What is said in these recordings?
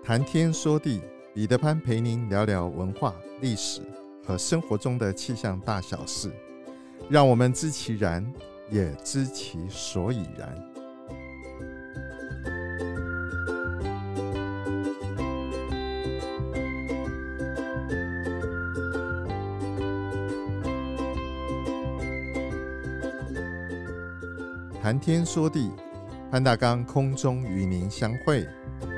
谈天说地，彼得潘陪您聊聊文化、历史和生活中的气象大小事，让我们知其然，也知其所以然。谈天说地，潘大刚空中与您相会。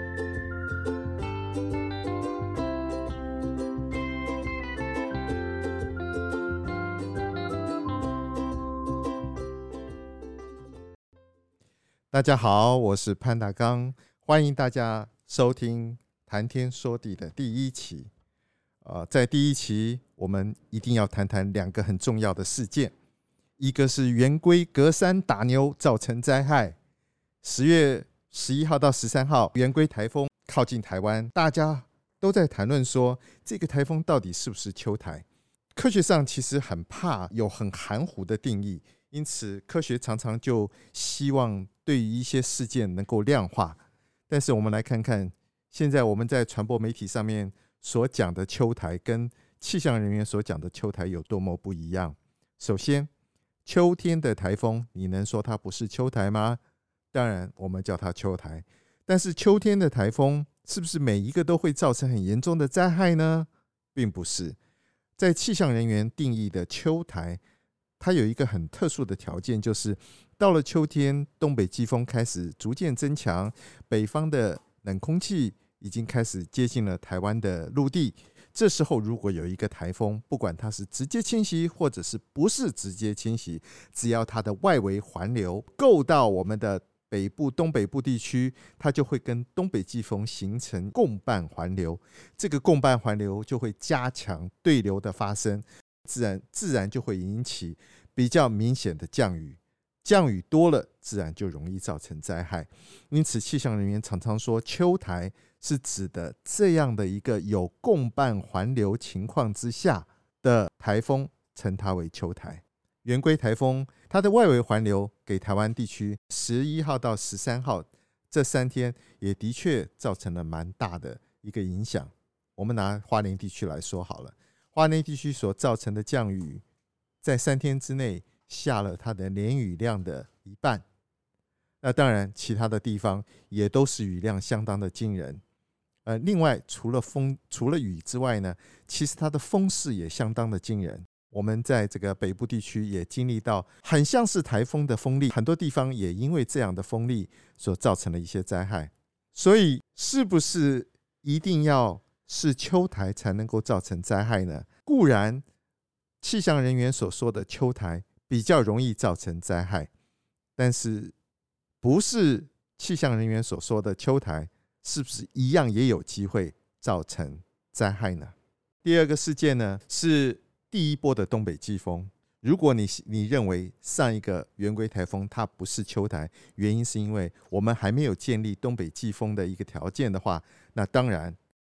大家好，我是潘大刚，欢迎大家收听谈天说地的第一期。在第一期我们一定要谈谈两个很重要的事件，一个是圆规隔山打牛造成灾害，10月11号到13号圆规台风靠近台湾，大家都在谈论说这个台风到底是不是秋台。科学上其实很怕有很含糊的定义，因此科学常常就希望对于一些事件能够量化。但是我们来看看现在我们在传播媒体上面所讲的秋台跟气象人员所讲的秋台有多么不一样。首先，秋天的台风你能说它不是秋台吗？当然我们叫它秋台，但是秋天的台风是不是每一个都会造成很严重的灾害呢？并不是。在气象人员定义的秋台，它有一个很特殊的条件，就是到了秋天，东北季风开始逐渐增强，北方的冷空气已经开始接近了台湾的陆地。这时候如果有一个台风，不管它是直接侵袭或者是不是直接侵袭，只要它的外围环流够到我们的北部、东北部地区，它就会跟东北季风形成共伴环流。这个共伴环流就会加强对流的发生，自然就会引起比较明显的降雨。降雨多了，自然就容易造成灾害。因此气象人员常常说，秋台是指的这样的一个有共伴环流情况之下的台风，称它为秋台。圆规台风它的外围环流给台湾地区11号到13号这3天也的确造成了蛮大的一个影响。我们拿花莲地区来说好了，花莲地区所造成的降雨在3天之内下了它的年雨量的一半。那当然其他的地方也都是雨量相当的惊人。另外除了雨之外呢，其实它的风势也相当的惊人。我们在这个北部地区也经历到很像是台风的风力，很多地方也因为这样的风力所造成了一些灾害。所以是不是一定要是秋台才能够造成灾害呢？固然气象人员所说的秋台比较容易造成灾害，但是不是气象人员所说的秋台是不是一样也有机会造成灾害呢？第二个事件呢，是第一波的东北季风。如果你认为上一个圆规台风它不是秋台，原因是因为我们还没有建立东北季风的一个条件的话，那当然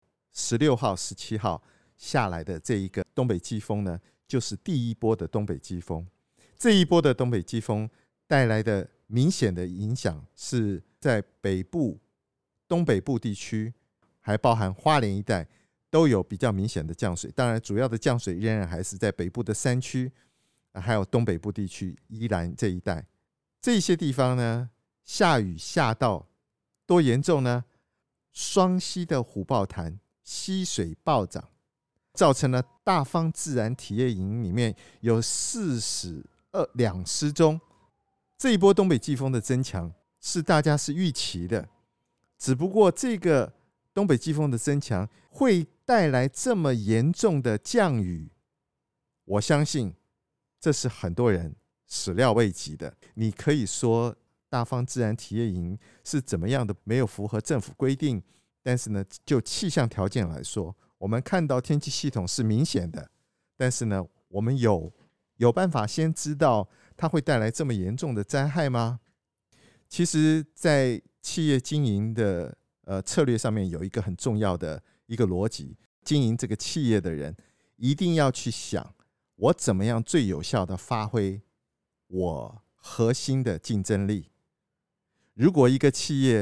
16号、17号下来的这一个东北季风呢，就是第一波的东北季风。这一波的东北季风带来的明显的影响是在北部、东北部地区，还包含花莲一带都有比较明显的降水。当然主要的降水仍然还是在北部的山区，还有东北部地区宜兰这一带。这些地方呢，下雨下到多严重呢？双溪的虎豹潭溪水暴涨，造成了大方自然体验营里面有42失踪。这一波东北季风的增强是大家是预期的，只不过这个东北季风的增强会带来这么严重的降雨，我相信这是很多人始料未及的。你可以说大方自然体验营是怎么样的没有符合政府规定，但是呢，就气象条件来说，我们看到天气系统是明显的，但是呢，我们有办法先知道它会带来这么严重的灾害吗？其实在企业经营的策略上面有一个很重要的一个逻辑，经营这个企业的人一定要去想，我怎么样最有效的发挥我核心的竞争力。如果一个企业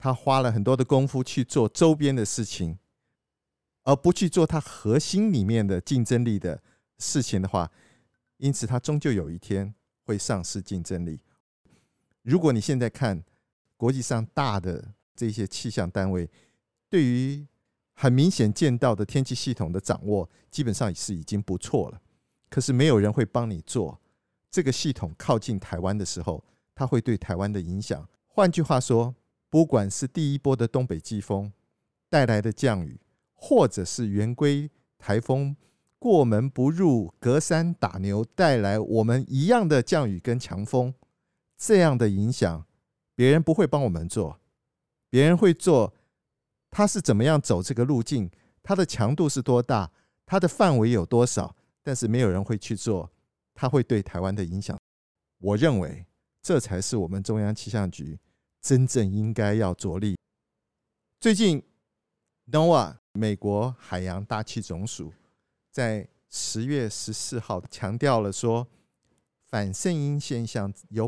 他花了很多的功夫去做周边的事情，而不去做他核心里面的竞争力的事情的话，因此他终究有一天会丧失竞争力。如果你现在看国际上大的这些气象单位，对于很明显见到的天气系统的掌握，基本上是已经不错了。可是没有人会帮你做这个系统靠近台湾的时候，它会对台湾的影响。换句话说，不管是第一波的东北季风带来的降雨，或者是圆规台风过门不入、隔山打牛带来我们一样的降雨跟强风，这样的影响，别人不会帮我们做，别人会做他是怎么样走这个路径，它的强度是多大，它的范围有多少，但是没有人会去做它会对台湾的影响。我认为这才是我们中央气象局真正应该要着力。最近 NOAA 美国海洋大气总署在10月14号强调了说，反圣婴现象有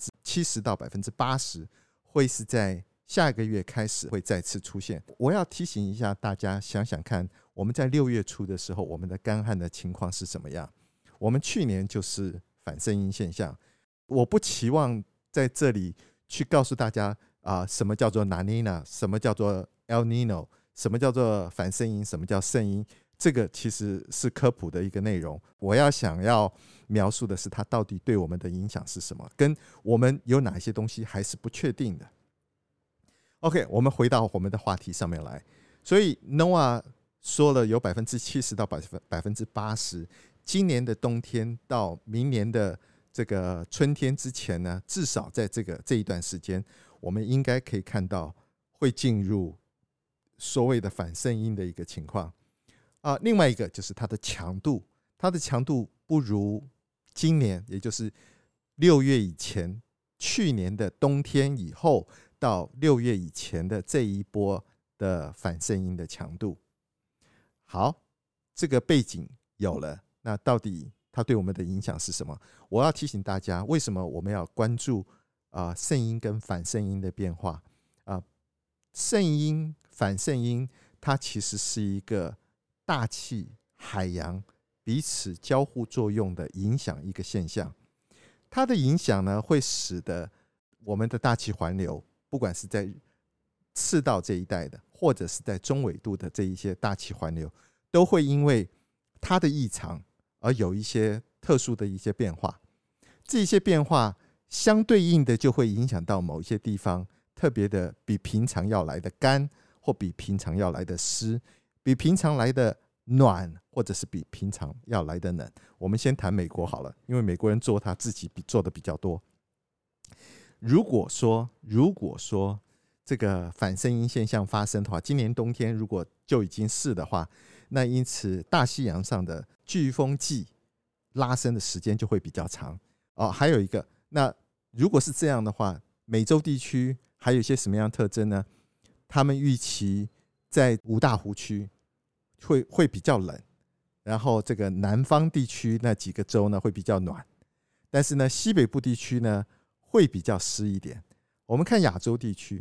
70%到80%会是在下个月开始会再次出现。我要提醒一下大家，想想看，我们在6月初的时候，我们的干旱的情况是怎么样？我们去年就是反圣婴现象。我不期望在这里去告诉大家什么叫做 La Nina， 什么叫做 El Nino， 什么叫做反圣婴，什么叫圣婴，这个其实是科普的一个内容。我想要描述的是它到底对我们的影响是什么，跟我们有哪些东西还是不确定的。OK， 我们回到我们的话题上面来。所以 NOAA 说了有70%到80%，今年的冬天到明年的这个春天之前呢，至少在这一段时间，我们应该可以看到会进入所谓的反圣婴的一个情况。另外一个就是它的强度，不如今年，也就是6月以前，去年的冬天以后到6月以前的这一波的反圣婴的强度。好，这个背景有了，那到底它对我们的影响是什么？我要提醒大家，为什么我们要关注圣婴跟反圣婴的变化？圣婴、反圣婴，它其实是一个大气、海洋彼此交互作用的影响一个现象。它的影响呢，会使得我们的大气环流，不管是在赤道这一带的，或者是在中纬度的这一些大气环流，都会因为它的异常而有一些特殊的一些变化。这些变化相对应的就会影响到某一些地方，特别的比平常要来的干，或比平常要来的湿，比平常来的暖，或者是比平常要来的冷。我们先谈美国好了，因为美国人做他自己做的比较多。如果说这个反圣婴现象发生的话，今年冬天如果就已经是的话，那因此大西洋上的飓风季拉伸的时间就会比较长。还有一个，那如果是这样的话，美洲地区还有一些什么样的特征呢？他们预期在五大湖区会比较冷，然后这个南方地区那几个州呢会比较暖，但是呢西北部地区呢会比较湿一点。我们看亚洲地区，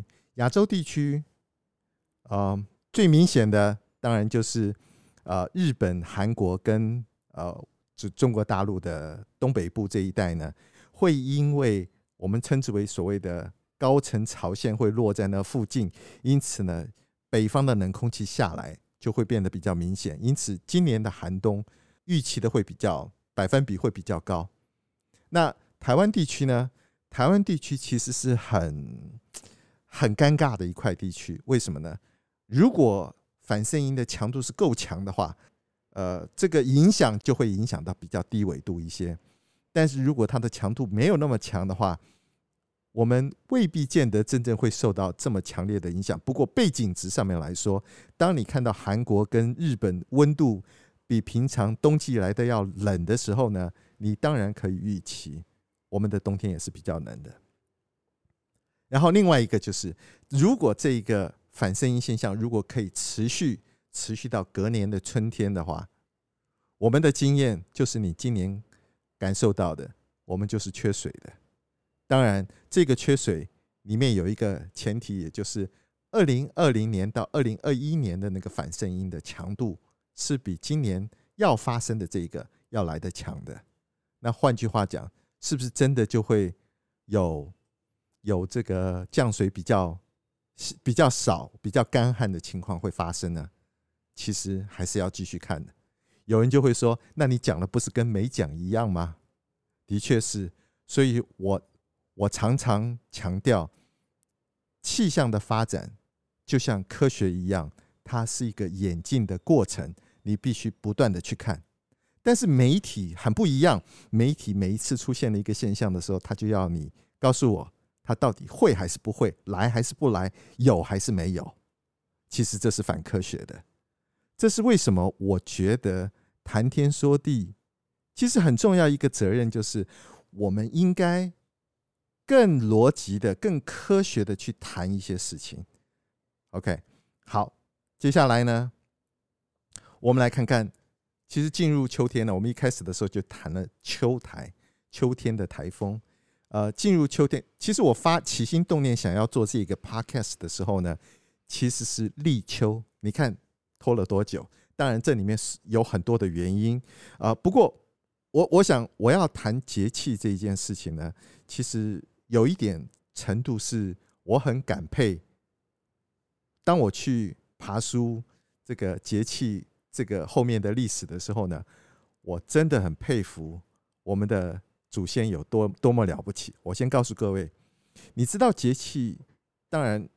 最明显的当然就是日本、韩国跟中国大陆的东北部这一带呢，会因为我们称之为所谓的高层潮线会落在那附近，因此呢北方的冷空气下来就会变得比较明显，因此今年的寒冬预期的百分比会比较高。那台湾地区呢？台湾地区其实是很尴尬的一块地区。为什么呢？如果反圣婴的强度是够强的话，这个影响就会影响到比较低纬度一些。但是如果它的强度没有那么强的话，我们未必见得真正会受到这么强烈的影响。不过背景值上面来说，当你看到韩国跟日本温度比平常冬季来的要冷的时候呢，你当然可以预期我们的冬天也是比较冷的。然后另外一个就是，如果这个反圣婴现象如果可以持续到隔年的春天的话，我们的经验就是你今年感受到的，我们就是缺水的。当然这个缺水里面有一个前提，也就是2020年到2021年的那个反圣婴的强度是比今年要发生的这个要来得强的。那换句话讲，是不是真的就会有这个降水比较少、比较干旱的情况会发生呢？其实还是要继续看的。有人就会说，那你讲的不是跟没讲一样吗？的确是，所以我常常强调，气象的发展就像科学一样，它是一个演进的过程，你必须不断的去看。但是媒体很不一样，媒体每一次出现了一个现象的时候，他就要你告诉我，它到底会还是不会，来还是不来，有还是没有。其实这是反科学的。这是为什么我觉得谈天说地其实很重要一个责任，就是我们应该更逻辑的、更科学的去谈一些事情。OK， 好，接下来呢，我们来看看，其实进入秋天呢，我们一开始的时候就谈了秋台，秋天的台风。进入秋天，其实我起心动念想要做这个 podcast 的时候呢，其实是立秋。你看拖了多久？当然这里面有很多的原因。不过我想我要谈节气这一件事情呢，其实有一点程度是我很感佩。当我去爬书这个节气这个后面的历史的时候呢，我真的很佩服我们的祖先有多么了不起。我先告诉各位，你知道节气，当然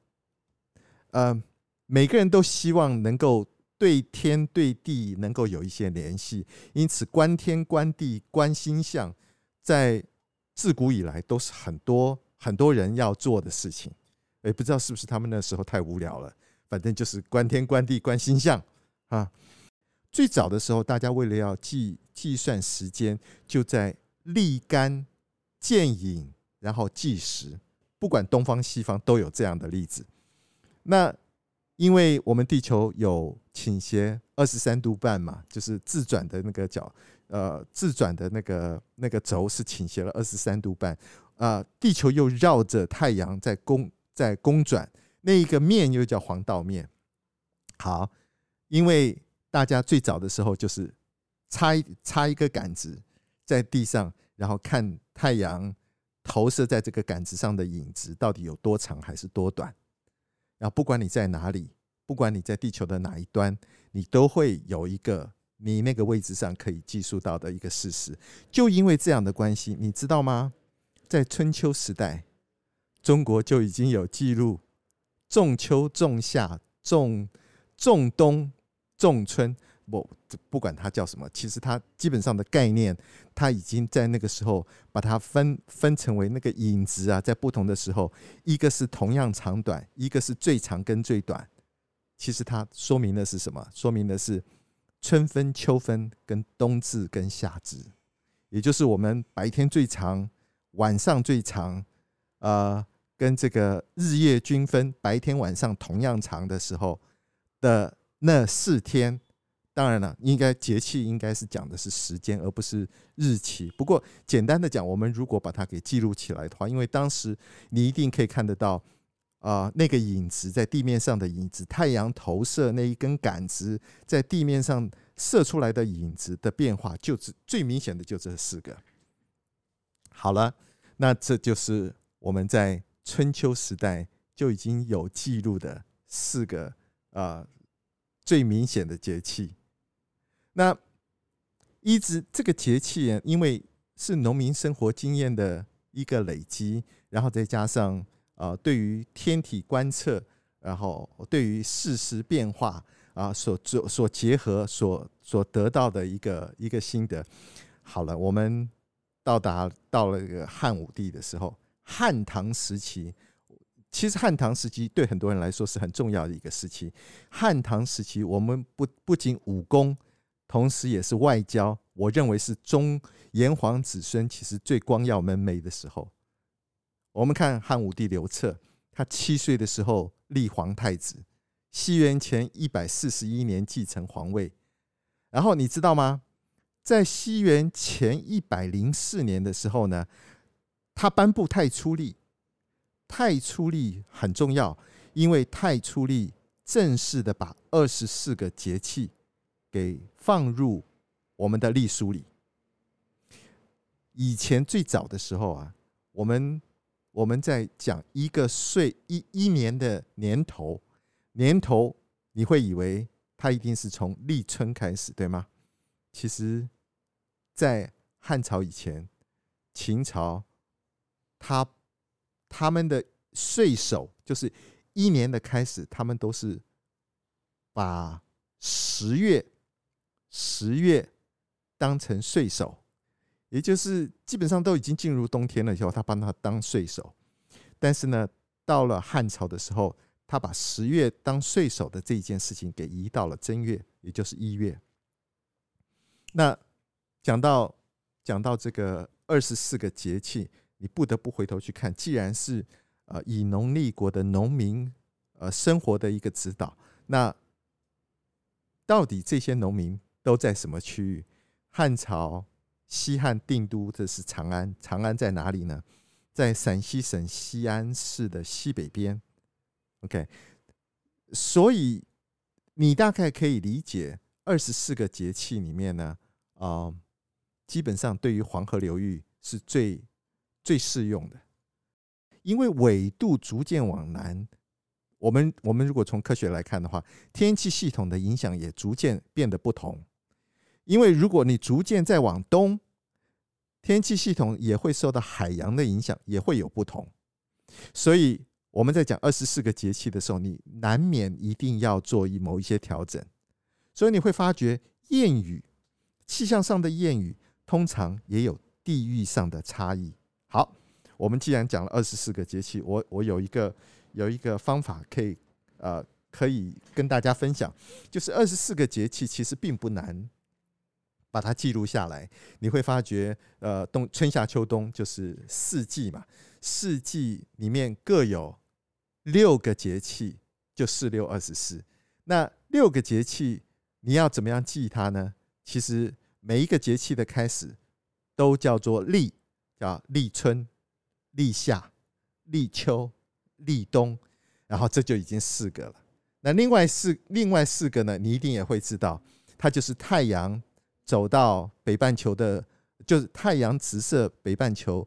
每个人都希望能够对天对地能够有一些联系，因此观天观地观星象在自古以来都是很多人要做的事情。也不知道是不是他们那时候太无聊了，反正就是观天观地观星象啊。最早的时候，大家为了要计算时间，就在立竿见影，然后计时。不管东方西方都有这样的例子。那因为我们地球有倾斜23度半嘛，就是自转的那个角，自转的那个轴是倾斜了23度半，地球又绕着太阳在公转，那一个面又叫黄道面。好，因为大家最早的时候就是插一个杆子在地上，然后看太阳投射在这个杆子上的影子到底有多长还是多短。然后不管你在哪里，不管你在地球的哪一端，你都会有一个你那个位置上可以计数到的一个事实。就因为这样的关系，你知道吗？在春秋时代，中国就已经有记录仲秋、仲夏、仲冬、仲春，不管它叫什么，其实它基本上的概念，它已经在那个时候把它分成为那个影子啊，在不同的时候，一个是同样长短，一个是最长跟最短。其实它说明的是什么？说明的是春分、秋分跟冬至跟夏至，也就是我们白天最长、晚上最长，跟这个日夜均分，白天晚上同样长的时候的那4天。当然了，节气应该是讲的是时间，而不是日期。不过简单的讲，我们如果把它给记录起来的话，因为当时你一定可以看得到那个影子在地面上的影子，太阳投射那一根杆子在地面上射出来的影子的变化，就是最明显的就这4个。好了，那这就是我们在春秋时代就已经有记录的4个最明显的节气。那一直这个节气，因为是农民生活经验的一个累积，然后再加上对于天体观测，然后对于事实变化所结合所得到的一个心得。好了，我们到了一个汉武帝的时候，汉唐时期。其实汉唐时期对很多人来说是很重要的一个时期。汉唐时期，我们不仅武功，同时也是外交，我认为是炎黄子孙其实最光耀门楣的时候。我们看汉武帝刘彻，他7岁的时候立皇太子，西元前141年继承皇位。然后你知道吗？在西元前104年的时候呢，他颁布太初历。 太初历很重要，因为太初历正式的把24个节气给放入我们的历书里。以前最早的时候啊，我们在讲一个一年的年头，你会以为它一定是从立春开始，对吗？其实在汉朝以前，秦朝他们的岁首，就是一年的开始，他们都是把十月当成岁首，也就是基本上都已经进入冬天了以后，他帮他当岁首。但是呢，到了汉朝的时候，他把10月当岁首的这一件事情给移到了正月，也就是1月。那讲到这个24个节气，你不得不回头去看，既然是以农立国的农民生活的一个指导，那到底这些农民都在什么区域？汉朝西汉定都这是长安，长安在哪里呢？在陕西省西安市的西北边。OK， 所以你大概可以理解24个节气里面呢，基本上对于黄河流域是最适用的，因为纬度逐渐往南，我们如果从科学来看的话，天气系统的影响也逐渐变得不同。因为如果你逐渐再往东，天气系统也会受到海洋的影响，也会有不同。所以我们在讲24个节气的时候，你难免一定要做某一些调整。所以你会发觉谚语，气象上的谚语通常也有地域上的差异。好，我们既然讲了24个节气，我有一个方法可以跟大家分享，就是24个节气其实并不难把它记录下来。你会发觉春夏秋冬就是4季嘛，4季里面各有6个节气，就4、6、24。那6个节气你要怎么样记它呢？其实每一个节气的开始都叫做立，叫立春、立夏、立秋、立冬，然后这就已经4个了。那另外4个呢，你一定也会知道，它就是太阳走到北半球的，就是太阳直射北半球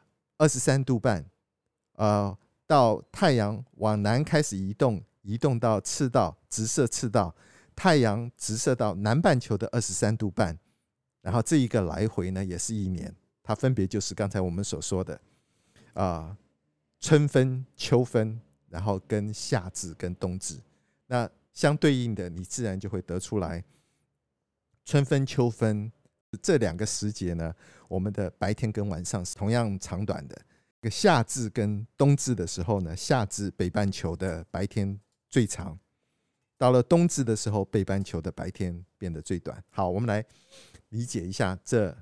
23度半，到太阳往南开始移动到赤道，直射赤道，太阳直射到南半球的23度半，然后这一个来回呢也是1年，它分别就是刚才我们所说的春分、秋分，然后跟夏至跟冬至。那相对应的，你自然就会得出来，春分、秋分这2个时节呢，我们的白天跟晚上是同样长短的。夏至跟冬至的时候呢，夏至北半球的白天最长，到了冬至的时候，北半球的白天变得最短。好，我们来理解一下这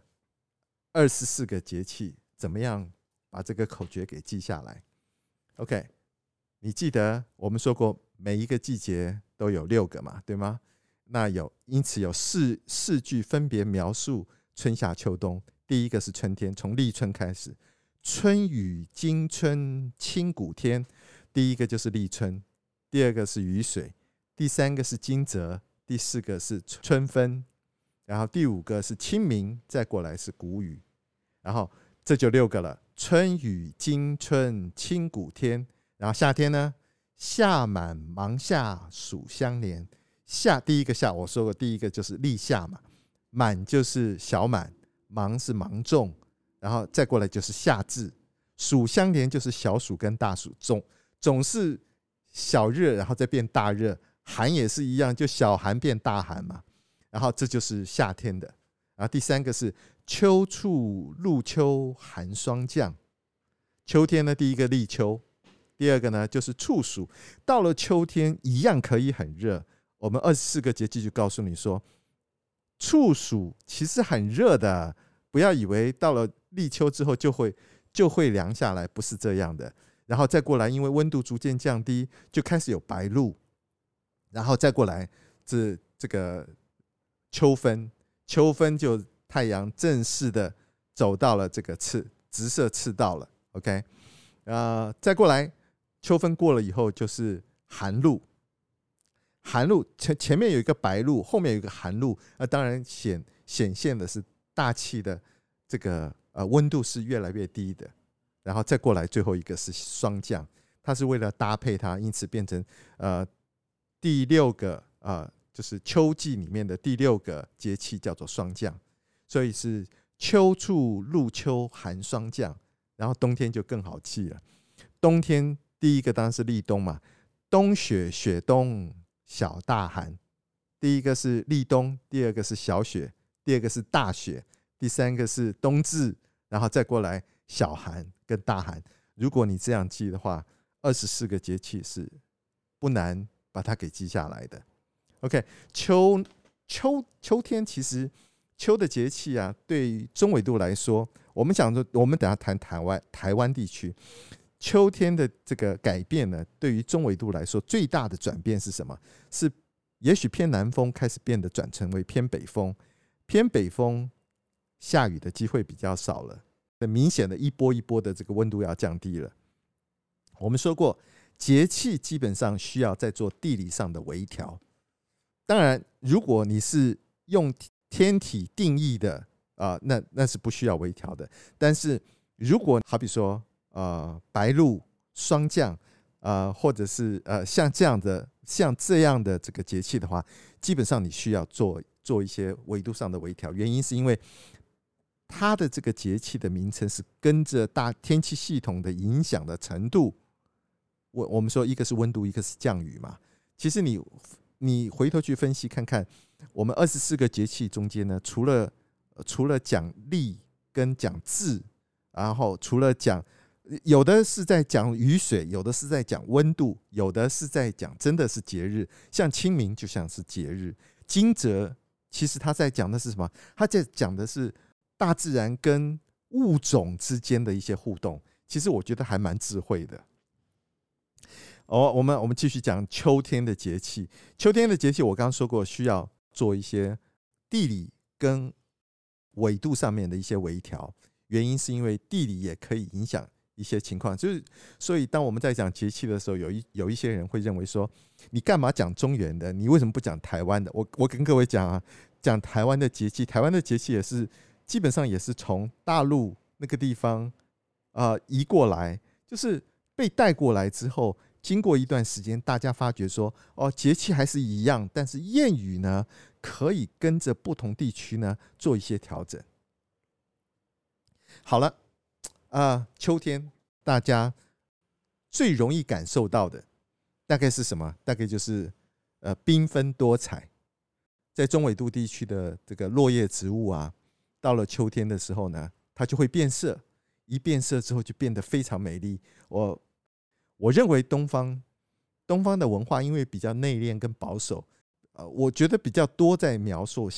24个节气怎么样把这个口诀给记下来。OK， 你记得我们说过每一个季节都有6个嘛，对吗？那因此有四句分别描述春夏秋冬。第一个是春天，从立春开始，春雨惊春清谷天，第一个就是立春，第二个是雨水，第3个是惊蛰，第4个是春分，然后第5个是清明，再过来是谷雨，然后这就6个了。春雨惊春清谷天，然后夏天呢，夏满芒夏暑相连。第一个夏我说过，第一个就是立夏嘛，满就是小满，芒是芒种，然后再过来就是夏至，暑相连就是小暑跟大暑，总是小热然后再变大热，寒也是一样，就小寒变大寒嘛，然后这就是夏天的。然后第3个是秋处入秋寒霜降，秋天呢，第一个立秋，第2个呢就是处暑，到了秋天一样可以很热。我们24个节气就告诉你说，处暑其实很热的，不要以为到了立秋之后就会凉下来，不是这样的。然后再过来，因为温度逐渐降低，就开始有白露，然后再过来这个秋分，秋分就太阳正式的走到了这个直射赤道了。OK， 再过来秋分过了以后就是寒露。寒露前面有一个白露，后面有一个寒露，当然显现的是大气的这个温度是越来越低的。然后再过来最后一个是霜降，它是为了搭配它，因此变成第6个就是秋季里面的第6个节气叫做霜降，所以是秋处露秋寒霜降。然后冬天就更好记了，冬天第一个当然是立冬嘛，冬雪雪冬小大寒。第一个是立冬，第二个是小雪，第二个是大雪，第三个是冬至，然后再过来小寒跟大寒。如果你这样记的话，24个节气是不难把它给记下来的。OK， 秋天其实秋的节气啊，对于中纬度来说，我们讲说，我们等一下谈台湾地区，秋天的这个改变呢，对于中纬度来说，最大的转变是什么？是也许偏南风开始变得转成为偏北风，偏北风下雨的机会比较少了，很明显的一波一波的这个温度要降低了。我们说过，节气基本上需要在做地理上的微调。当然，如果你是用天体定义的那是不需要微调的。但是如果好比说白露、霜降或者是像这样的这个节气的话，基本上你需要做一些纬度上的微调。原因是因为它的这个节气的名称是跟着大天气系统的影响的程度。我们说一个是温度，一个是降雨嘛。其实你回头去分析看看，我们24个节气中间呢，除了讲立跟讲至，然后除了讲有的是在讲雨水，有的是在讲温度，有的是在讲真的是节日，像清明就像是节日。惊蛰其实他在讲的是什么？他在讲的是大自然跟物种之间的一些互动。其实我觉得还蛮智慧的。我们继续讲秋天的节气。秋天的节气我刚刚说过，需要做一些地理跟纬度上面的一些微调。原因是因为地理也可以影响一些情况，所以当我们在讲节气的时候，有一些人会认为说，你干嘛讲中原的？你为什么不讲台湾的？我跟各位讲啊，讲台湾的节气，台湾的节气也是基本上也是从大陆那个地方移过来，就是被带过来之后，经过一段时间，大家发觉说，节气还是一样，但是谚语呢，可以跟着不同地区呢做一些调整。好了，秋天大家最容易感受到的大概是什么？大概就是缤纷多彩。在中纬度地区的这个落叶植物啊，到了秋天的时候呢，它就会变色，一变色之后就变得非常美丽。我认为东方的文化因为比较内敛跟保守，我觉得比较多在描述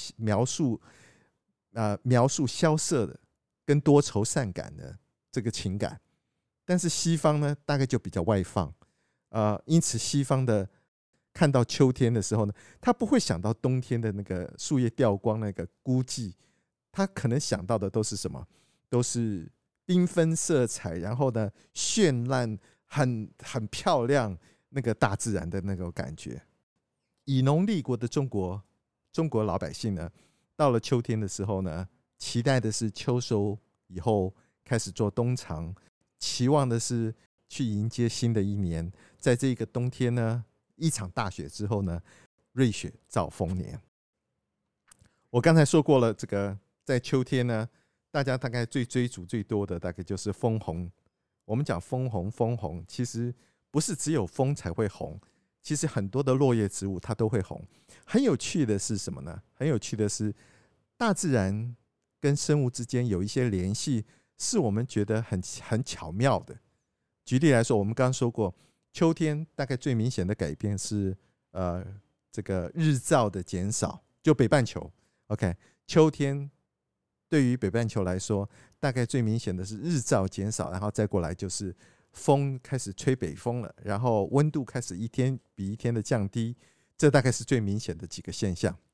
萧瑟的跟多愁善感的这个情感。但是西方呢，大概就比较外放，因此西方的看到秋天的时候呢，他不会想到冬天的那个树叶掉光那个孤寂，他可能想到的都是什么？都是缤纷色彩，然后呢绚烂，很漂亮，那个大自然的那个感觉。以农立国的中国老百姓呢，到了秋天的时候呢，期待的是秋收以后开始做冬藏，期望的是去迎接新的一年。在这个冬天呢，一场大雪之后呢，瑞雪兆丰年。我刚才说过了，这个在秋天呢，大家大概追逐最多的大概就是枫红。我们讲枫红，其实不是只有枫才会红，其实很多的落叶植物它都会红。很有趣的是什么呢？很有趣的是，大自然跟生物之间有一些联系，是我们觉得很巧妙的。举例来说，我们刚刚说过，秋天大概最明显的改变是这个日照的减少，就北半球。OK， 秋天对于北半球来说，大概最明显的是日照减少，然后再过来就是风开始吹北风了，然后温度开始一天比一天的降低，这大概是最明显的几个现象。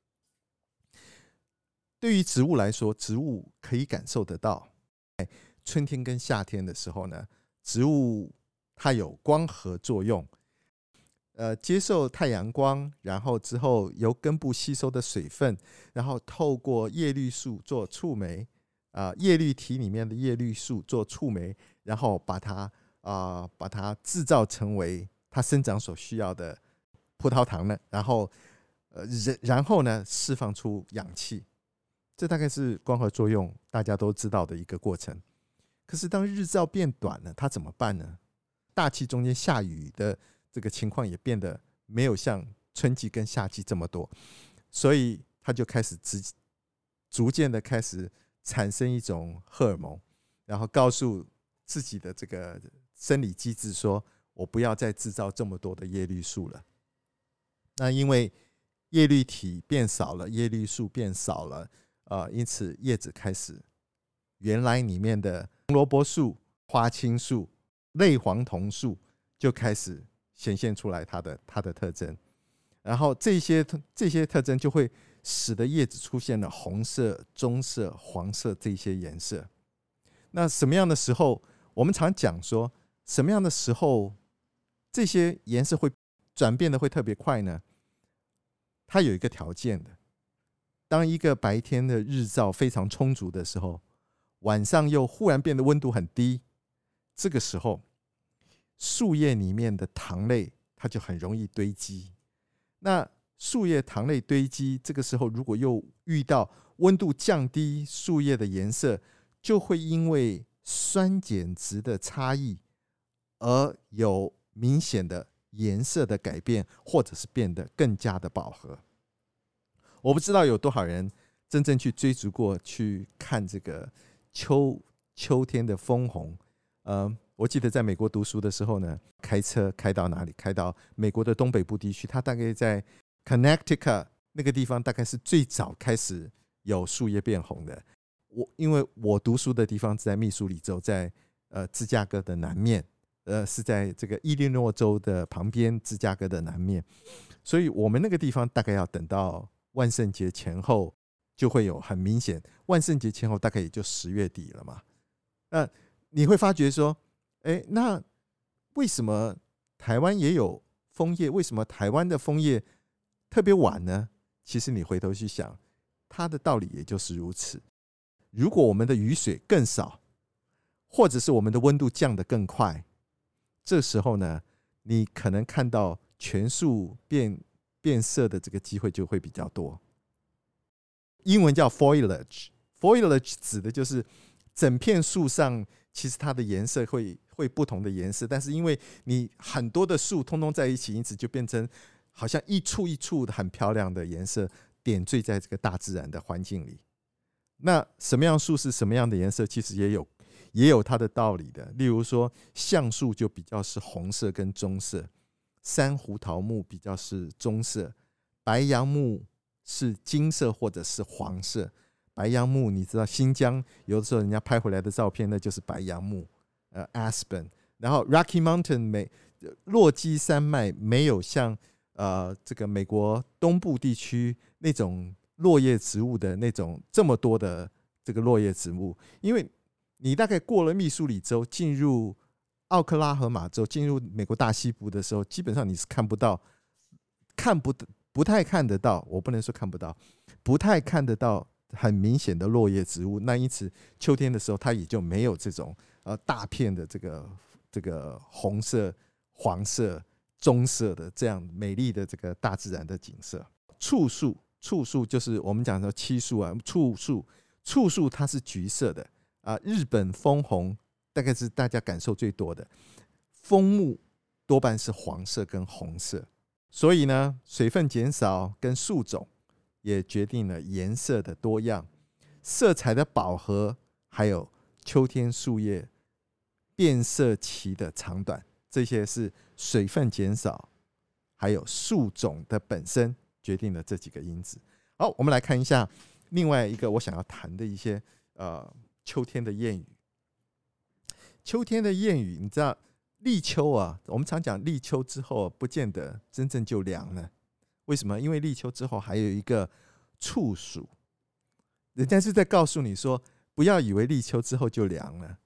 对于植物来说，植物可以感受得到，春天跟夏天的时候呢， 植物它有光合作用，接受太阳光，然后之后由根部吸收的水分，然后透过叶绿素做触媒，叶绿体里面的叶绿素做触媒，然后把它制造成为它生长所需要的葡萄糖呢，然后呢释放出氧气，这大概是光合作用大家都知道的一个过程。可是当日照变短了，它怎么办呢？大气中间下雨的这个情况也变得没有像春季跟夏季这么多，所以它就开始逐渐的开始产生一种荷尔蒙，然后告诉自己的这个生理机制说，我不要再制造这么多的叶绿素了。那因为叶绿体变少了，叶绿素变少了，因此叶子开始原来里面的红萝卜素、花青素、类黄酮素就开始显现出来它的特征，然后这些特征就会使得叶子出现了红色、棕色、黄色这些颜色。那什么样的时候，我们常讲说什么样的时候这些颜色会转变的会特别快呢？它有一个条件的，当一个白天的日照非常充足的时候，晚上又忽然变得温度很低，这个时候树叶里面的糖类它就很容易堆积。那树叶糖类堆积，这个时候如果又遇到温度降低，树叶的颜色就会因为酸碱值的差异而有明显的颜色的改变，或者是变得更加的饱和。我不知道有多少人真正去追逐过去看这个秋天的枫红。我记得在美国读书的时候呢，开车开到哪里？开到美国的东北部地区，它大概在 Connecticut 那个地方，大概是最早开始有树叶变红的。因为我读书的地方是在密苏里州，在芝加哥的南面，是在这个伊利诺州的旁边，芝加哥的南面，所以我们那个地方大概要等到万圣节前后就会有很明显，万圣节前后大概也就10月底了嘛。你会发觉说，那为什么台湾也有枫叶？为什么台湾的枫叶特别晚呢？其实你回头去想，它的道理也就是如此。如果我们的雨水更少，或者是我们的温度降得更快，这时候呢，你可能看到全树变色的这个机会就会比较多。英文叫 foliage， 指的就是整片树上其实它的颜色会不同的颜色，但是因为你很多的树通通在一起，因此就变成好像一簇一簇的很漂亮的颜色点缀在这个大自然的环境里。那什么样树是什么样的颜色，其实也有它的道理的。例如说橡树就比较是红色跟棕色，珊瑚桃木比较是棕色，白杨木是金色或者是黄色。白杨木你知道新疆有的时候人家拍回来的照片，那就是白杨木，aspen。 然后 Rocky Mountain 落基山脉没有像这个美国东部地区那种落叶植物的那种这么多的这个落叶植物，因为你大概过了密苏里州，进入奥克拉荷马州，进入美国大西部的时候，基本上你是看不到，不太看得到，我不能说看不到，不太看得到很明显的落叶植物。那因此秋天的时候，它也就没有这种大片的这个红色、黄色、棕色的这样美丽的这个大自然的景色。簇树就是我们讲的漆树啊，簇树它是橘色的日本枫红大概是大家感受最多的，枫木多半是黄色跟红色。所以呢，水分减少跟树种也决定了颜色的多样、色彩的饱和，还有秋天树叶变色期的长短，这些是水分减少还有树种的本身决定了这几个因子。好，我们来看一下另外一个我想要谈的一些秋天的谚语。秋天的谚语，你知道立秋啊，我们常讲立秋之后不见得真正就凉了。为什么？因为立秋之后还有一个处暑，人家是在告诉你说，不要以为立秋之后就凉了，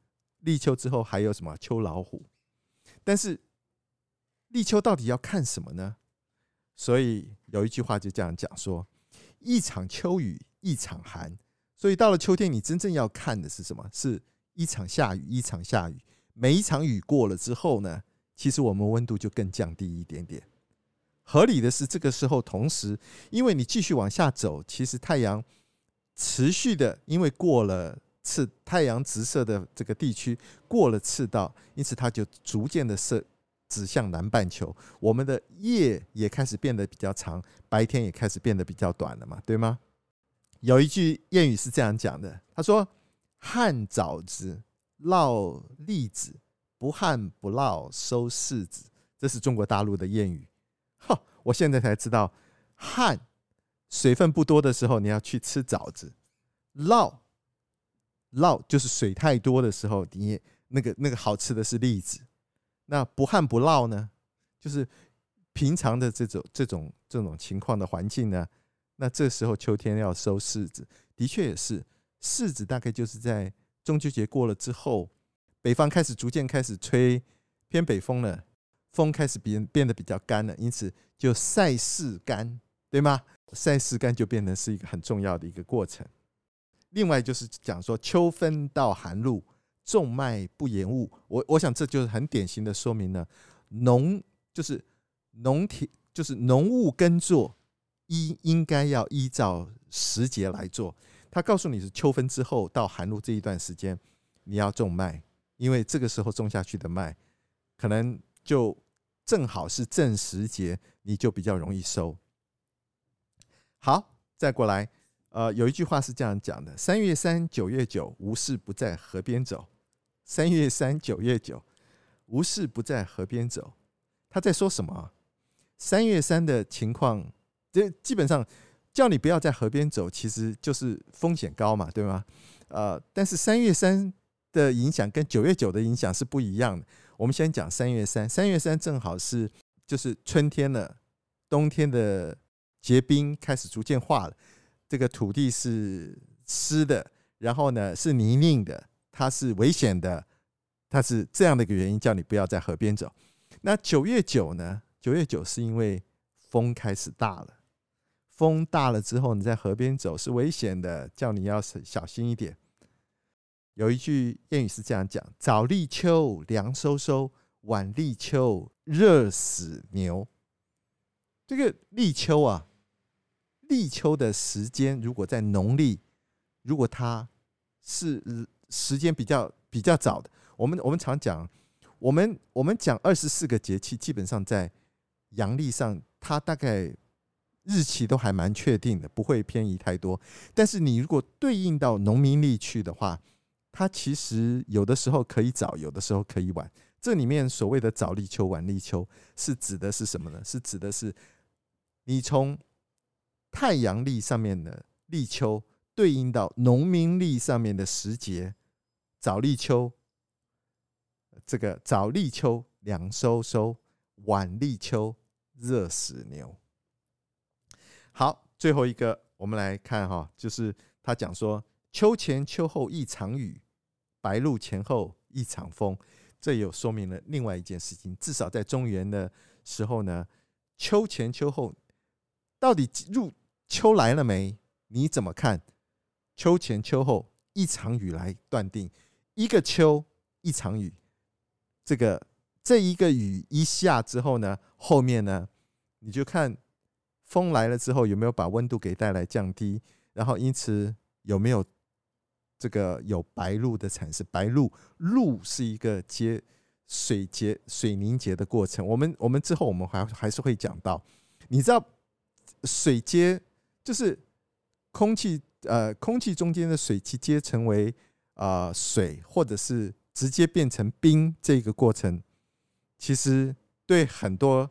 立秋之后还有什么秋老虎？但是立秋到底要看什么呢？所以有一句话就这样讲说：一场秋雨一场寒。所以到了秋天，你真正要看的是什么？是一场下雨一场下雨。每一场雨过了之后呢，其实我们温度就更降低一点点。合理的是，这个时候同时，因为你继续往下走，其实太阳持续的，因为过了太阳直射的这个地区过了赤道，因此它就逐渐的指向南半球。我们的夜也开始变得比较长，白天也开始变得比较短了嘛，对吗？有一句谚语是这样讲的，他说：旱枣子，涝栗子，不旱不涝收柿子。这是中国大陆的谚语。我现在才知道，旱水分不多的时候你要去吃枣子，涝就是水太多的时候，你那个好吃的是栗子。那不旱不涝呢，就是平常的这种情况的环境呢，那这时候秋天要收柿子，的确也是，柿子大概就是在中秋节过了之后，北方开始逐渐开始吹偏北风了，风开始变得比较干了，因此就晒柿干，对吗？晒柿干就变成是一个很重要的一个过程。另外就是讲说秋分到寒露，种麦不延误。我想这就是很典型的说明了就是农务耕作应该要依照时节来做。他告诉你是秋分之后到寒露这一段时间你要种麦，因为这个时候种下去的麦可能就正好是正时节，你就比较容易收。好，再过来有一句话是这样讲的：3月3，9月9，无事不在河边走。3月3，9月9，无事不在河边走。他在说什么？3月3的情况，基本上叫你不要在河边走，其实就是风险高嘛，对吗？但是3月3的影响跟9月9的影响是不一样的。我们先讲3月3， 3月3正好是就是春天了，冬天的结冰开始逐渐化了，这个土地是湿的，然后呢是泥泞的，它是危险的，它是这样的一个原因叫你不要在河边走。那9月9呢？9月9是因为风开始大了，风大了之后你在河边走是危险的，叫你要小心一点。有一句谚语是这样讲：早立秋凉飕飕，晚立秋热死牛。这个立秋啊，立秋的时间如果在农历，如果它是时间比较早的，我们常讲，我们讲24个节气，基本上在阳历上，它大概日期都还蛮确定的，不会偏移太多。但是你如果对应到农民历去的话，它其实有的时候可以早，有的时候可以晚。这里面所谓的早立秋、晚立秋，是指的是什么呢？是指的是你从太阳历上面的立秋对应到农民历上面的时节，早立秋，这个早立秋凉飕飕，晚立秋热死牛。好，最后一个我们来看就是他讲说秋前秋后一场雨，白露前后一场风。这有说明了另外一件事情，至少在中原的时候呢，秋前秋后到底入秋来了没？你怎么看？秋前秋后一场雨来断定，一个秋一场雨，这一个雨一下之后呢，后面呢你就看风来了之后有没有把温度给带来降低，然后因此有没有有白露的产生。白露是一个水凝结的过程，我们之后我们还是会讲到。你知道水结就是空气中间的水汽结成为水，或者是直接变成冰，这个过程其实对很多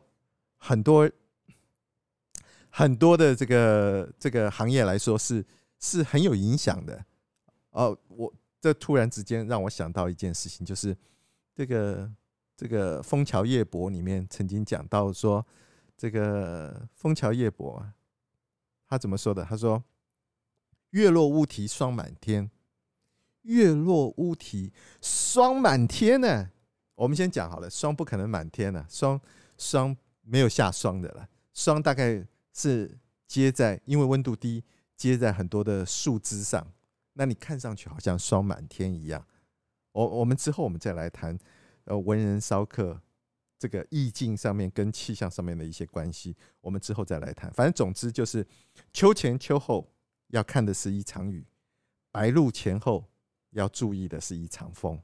的这个行业来说是很有影响的。这突然之间让我想到一件事情，就是这个枫桥夜泊里面曾经讲到说，这个枫桥夜泊他怎么说的？他说：月落乌啼霜满天， 月落乌啼霜满天呢。我们先讲好了，霜不可能满天了，霜没有下霜的了，霜大概是接在，因为温度低，接在很多的树枝上，那你看上去好像霜满天一样。我们之后我们再来谈文人骚客这个意境上面跟气象上面的一些关系，我们之后再来谈。反正总之就是秋前秋后要看的是一场雨，白露前后要注意的是一场风。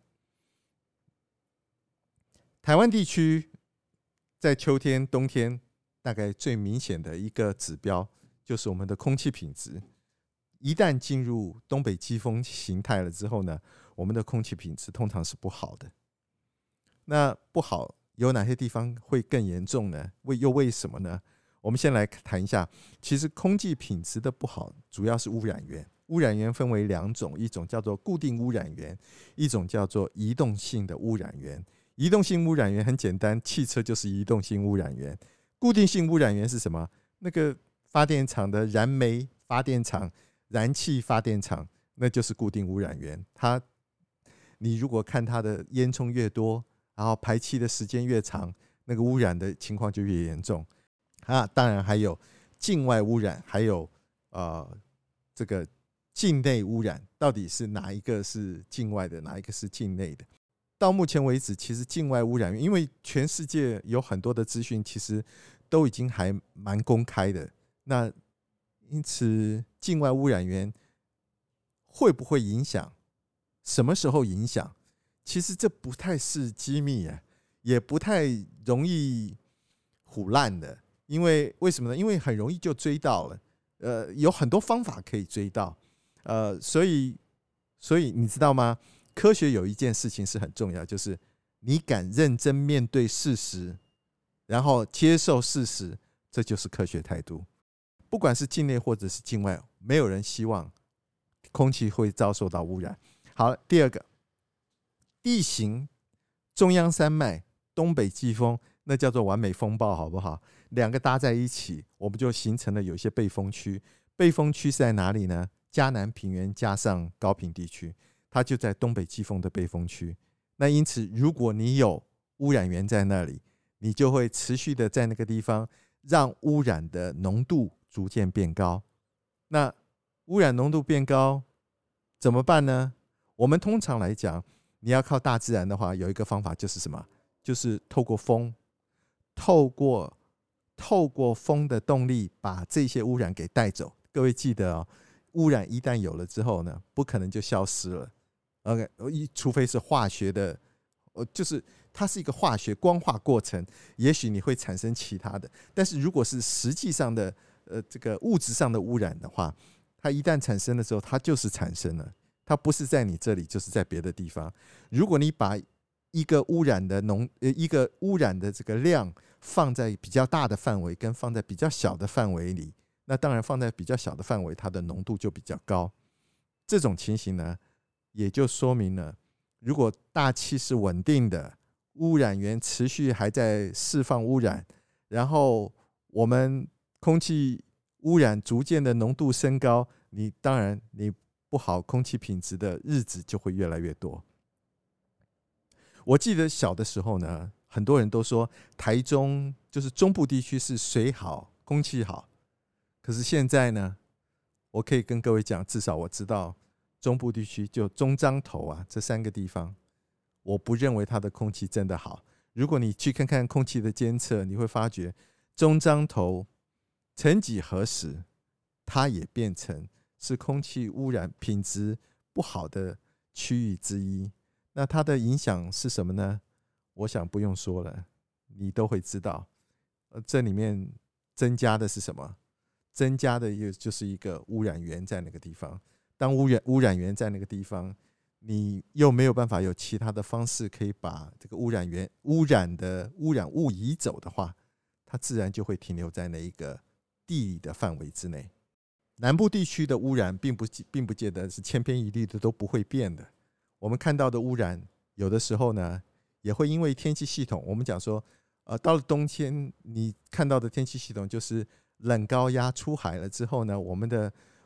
台湾地区在秋天冬天大概最明显的一个指标就是我们的空气品质，一旦进入东北季风形态了之后呢，我们的空气品质通常是不好的。那不好有哪些地方会更严重呢？又为什么呢？我们先来谈一下，其实空气品质的不好主要是污染源。污染源分为2种，一种叫做固定污染源，一种叫做移动性的污染源。移动性污染源很简单，汽车就是移动性污染源。固定性污染源是什么？那个发电厂的燃煤发电厂、燃气发电厂，那就是固定污染源。你如果看它的烟囱越多，然后排气的时间越长，那个污染的情况就越严重。当然还有境外污染，还有这个境内污染，到底是哪一个是境外的，哪一个是境内的？到目前为止，其实境外污染源，因为全世界有很多的资讯，其实都已经还蛮公开的。那因此，境外污染源会不会影响？什么时候影响？其实这不太是机密也不太容易唬烂的。因为为什么呢？因为很容易就追到了，有很多方法可以追到，所以你知道吗？科学有一件事情是很重要，就是你敢认真面对事实，然后接受事实，这就是科学态度。不管是境内或者是境外，没有人希望空气会遭受到污染。好，第二个，地形，中央山脉、东北季风，那叫做完美风暴，好不好？2个搭在一起，我们就形成了有些背风区。背风区是在哪里呢？嘉南平原加上高屏地区，它就在东北季风的背风区。那因此，如果你有污染源在那里，你就会持续的在那个地方让污染的浓度逐渐变高。那污染浓度变高怎么办呢？我们通常来讲，你要靠大自然的话，有一个方法就是什么？就是透过风，透过风的动力把这些污染给带走。各位记得污染一旦有了之后呢，不可能就消失了。OK， 除非是化学的，就是它是一个化学光化过程，也许你会产生其他的。但是如果是实际上的这个物质上的污染的话，它一旦产生的时候，它就是产生了，它不是在你这里，就是在别的地方。如果你把一个污染的这个量放在比较大的范围，跟放在比较小的范围里，那当然放在比较小的范围，它的浓度就比较高。这种情形呢，也就说明了，如果大气是稳定的，污染源持续还在释放污染，然后我们空气污染逐渐的浓度升高，当然你不好空气品质的日子就会越来越多。我记得小的时候呢，很多人都说台中就是中部地区是水好空气好，可是现在呢，我可以跟各位讲，至少我知道中部地区就中彰投这3个地方，我不认为它的空气真的好。如果你去看看空气的监测，你会发觉中彰投曾几何时它也变成是空气污染品质不好的区域之一。那它的影响是什么呢？我想不用说了，你都会知道。这里面增加的是什么？增加的就是一个污染源在那个地方。当污染源在那个地方，你又没有办法有其他的方式可以把这个污染物移走的话，它自然就会停留在那一个地理的范围之内。南部地区的污染并不见得是千篇一律的都不会变的。我们看到的污染，有的时候呢，也会因为天气系统，我们讲说，到了冬天，你看到的天气系统就是冷高压出海了之后呢，我们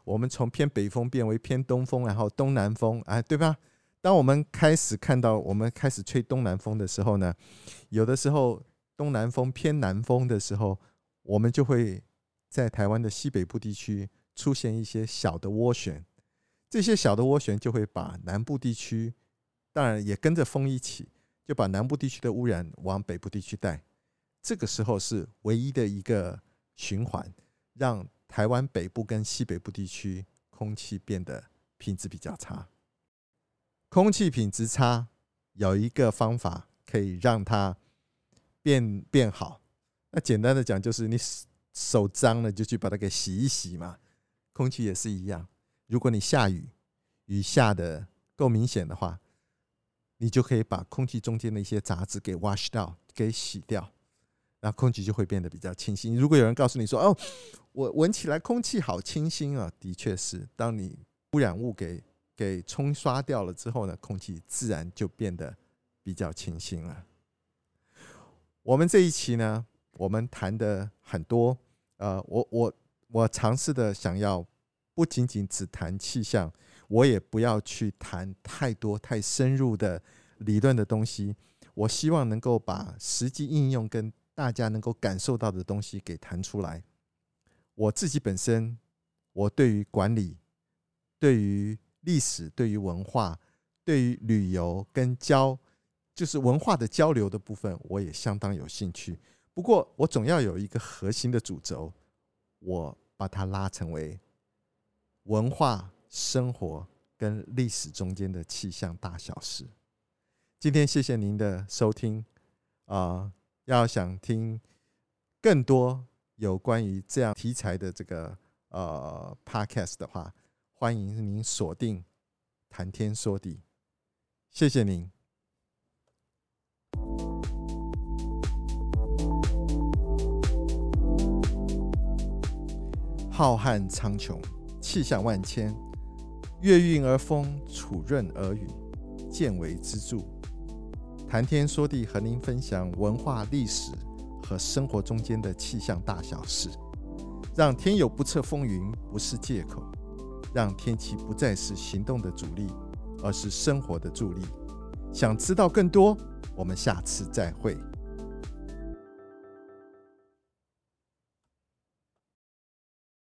我们从偏北风变为偏东风，然后东南风，对吧？当我们开始看到我们开始吹东南风的时候呢，有的时候东南风偏南风的时候，我们就会在台湾的西北部地区出现一些小的涡旋，这些小的涡旋就会把南部地区，当然也跟着风一起，就把南部地区的污染往北部地区带。这个时候是唯一的一个循环，让台湾北部跟西北部地区空气变得品质比较差。空气品质差有一个方法可以让它变好，那简单的讲就是你手脏了就去把它给洗一洗嘛。空气也是一样，如果你下雨，雨下的够明显的话，你就可以把空气中间的一些杂质给 wash 掉，给洗掉，然后空气就会变得比较清新。如果有人告诉你说我闻起来空气好清新啊，的确是，当你污染物给冲刷掉了之后呢，空气自然就变得比较清新了。我们这一期呢，我们谈的很多，我尝试的想要不仅仅只谈气象，我也不要去谈太多太深入的理论的东西，我希望能够把实际应用跟大家能够感受到的东西给谈出来。我自己本身，我对于管理，对于历史，对于文化，对于旅游跟就是文化的交流的部分，我也相当有兴趣。不过我总要有一个核心的主轴，我把它拉成为文化、生活跟历史中间的气象大小事。今天谢谢您的收听，要想听更多有关于这样题材的这个podcast 的话，欢迎您锁定谈天说地。谢谢您。浩瀚苍穹，气象万千，月晕而风，楚润而雨，见微知著。谈天说地，和您分享文化、历史和生活中间的气象大小事，让天有不测风云不是借口，让天气不再是行动的阻力，而是生活的助力。想知道更多，我们下次再会。